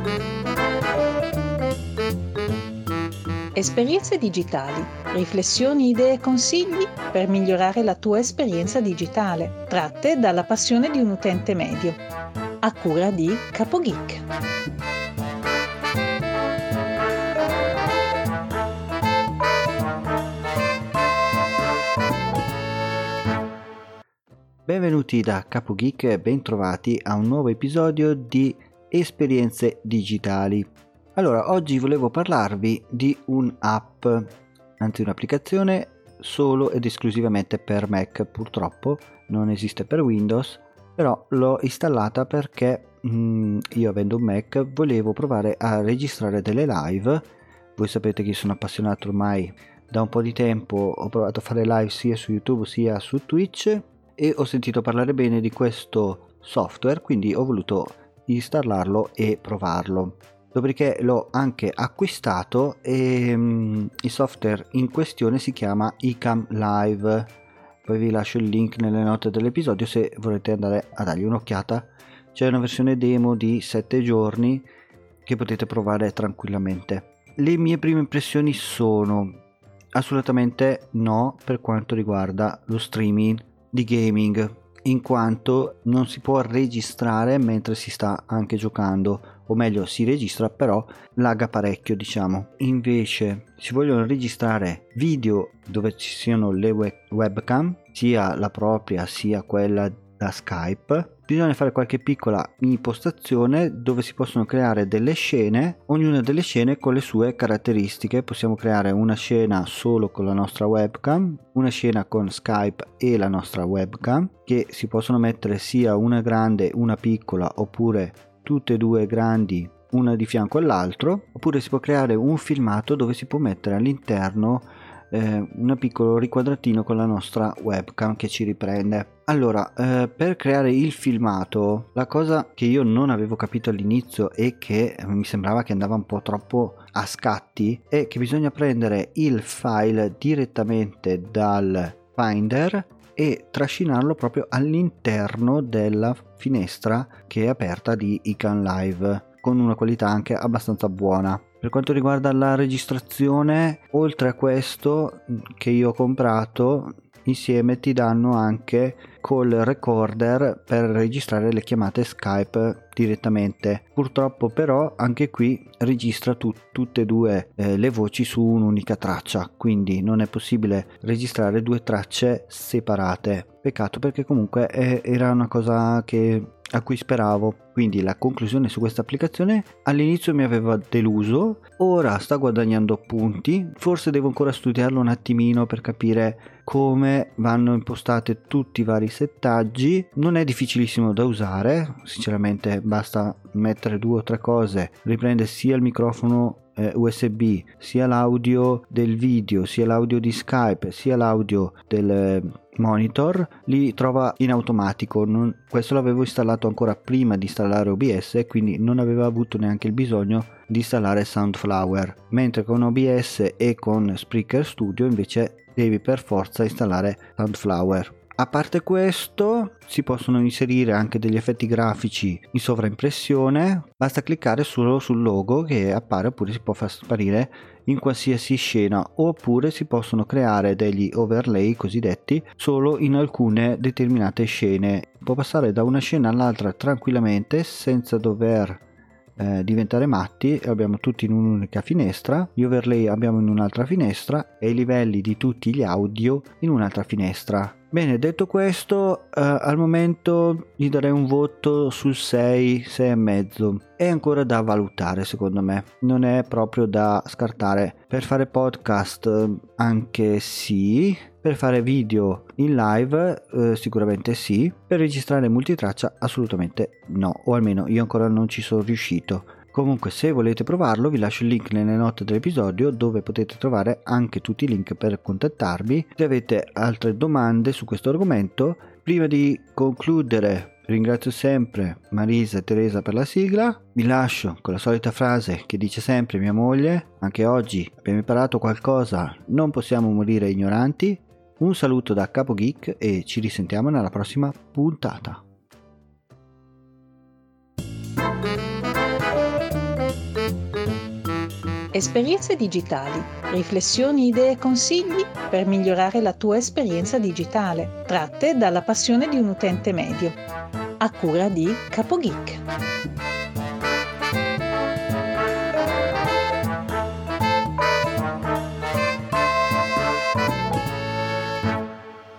Esperienze digitali, riflessioni, idee e consigli per migliorare la tua esperienza digitale, tratte dalla passione di un utente medio, a cura di CapoGeek. Benvenuti da CapoGeek e bentrovati a un nuovo episodio di Esperienze digitali. Allora, oggi volevo parlarvi di un'app, anzi un'applicazione solo ed esclusivamente per Mac. Purtroppo non esiste per Windows, però l'ho installata perché io, avendo un Mac, volevo provare a registrare delle live. Voi sapete che io sono appassionato ormai da un po' di tempo, ho provato a fare live sia su YouTube sia su Twitch e ho sentito parlare bene di questo software, quindi ho voluto installarlo e provarlo. Dopodiché l'ho anche acquistato e il software in questione si chiama iCam Live. Poi vi lascio il link nelle note dell'episodio se volete andare a dargli un'occhiata. C'è una versione demo di 7 giorni che potete provare tranquillamente. Le mie prime impressioni sono assolutamente no per quanto riguarda lo streaming di gaming, in quanto non si può registrare mentre si sta anche giocando, o meglio si registra però lagga parecchio, diciamo. Invece si vogliono registrare video dove ci siano le webcam, sia la propria sia quella da Skype. Bisogna fare qualche piccola impostazione dove si possono creare delle scene, ognuna delle scene con le sue caratteristiche. Possiamo creare una scena solo con la nostra webcam, una scena con Skype e la nostra webcam, che si possono mettere sia una grande, una piccola, oppure tutte e due grandi, una di fianco all'altro, oppure si può creare un filmato dove si può mettere all'interno un piccolo riquadratino con la nostra webcam che ci riprende. Allora, per creare il filmato, la cosa che io non avevo capito all'inizio e che mi sembrava che andava un po' troppo a scatti è che bisogna prendere il file direttamente dal Finder e trascinarlo proprio all'interno della finestra che è aperta di iCam Live, con una qualità anche abbastanza buona. Per quanto riguarda la registrazione, oltre a questo che io ho comprato, insieme ti danno anche call recorder per registrare le chiamate Skype direttamente. Purtroppo però anche qui registra tutte e due le voci su un'unica traccia, quindi non è possibile registrare due tracce separate. Peccato, perché comunque era una cosa a cui speravo. Quindi la conclusione su questa applicazione: all'inizio mi aveva deluso, ora sta guadagnando punti, forse devo ancora studiarlo un attimino per capire come vanno impostate tutti i vari settaggi. Non è difficilissimo da usare, sinceramente basta mettere 2 o 3 cose, riprende sia il microfono USB, sia l'audio del video, sia l'audio di Skype, sia l'audio del monitor, li trova in automatico. Questo l'avevo installato ancora prima di installare OBS, quindi non aveva avuto neanche il bisogno di installare Soundflower, mentre con OBS e con Spreaker Studio invece devi per forza installare Soundflower. A parte questo, si possono inserire anche degli effetti grafici in sovraimpressione, basta cliccare solo sul logo che appare, oppure si può far sparire in qualsiasi scena, oppure si possono creare degli overlay cosiddetti solo in alcune determinate scene. Può passare da una scena all'altra tranquillamente senza dover diventare matti. Abbiamo tutti in un'unica finestra, gli overlay abbiamo in un'altra finestra e i livelli di tutti gli audio in un'altra finestra. Bene, detto questo, al momento gli darei un voto sul 6,5. È ancora da valutare, secondo me, non è proprio da scartare. Per fare podcast anche sì, per fare video in live sicuramente sì, per registrare multitraccia assolutamente no, o almeno io ancora non ci sono riuscito. Comunque, se volete provarlo, vi lascio il link nelle note dell'episodio, dove potete trovare anche tutti i link per contattarmi. Se avete altre domande su questo argomento, prima di concludere, ringrazio sempre Marisa e Teresa per la sigla. Vi lascio con la solita frase che dice sempre mia moglie: anche oggi abbiamo imparato qualcosa, non possiamo morire ignoranti. Un saluto da CapoGeek e ci risentiamo nella prossima puntata. Esperienze digitali, riflessioni, idee e consigli per migliorare la tua esperienza digitale, tratte dalla passione di un utente medio, a cura di CapoGeek.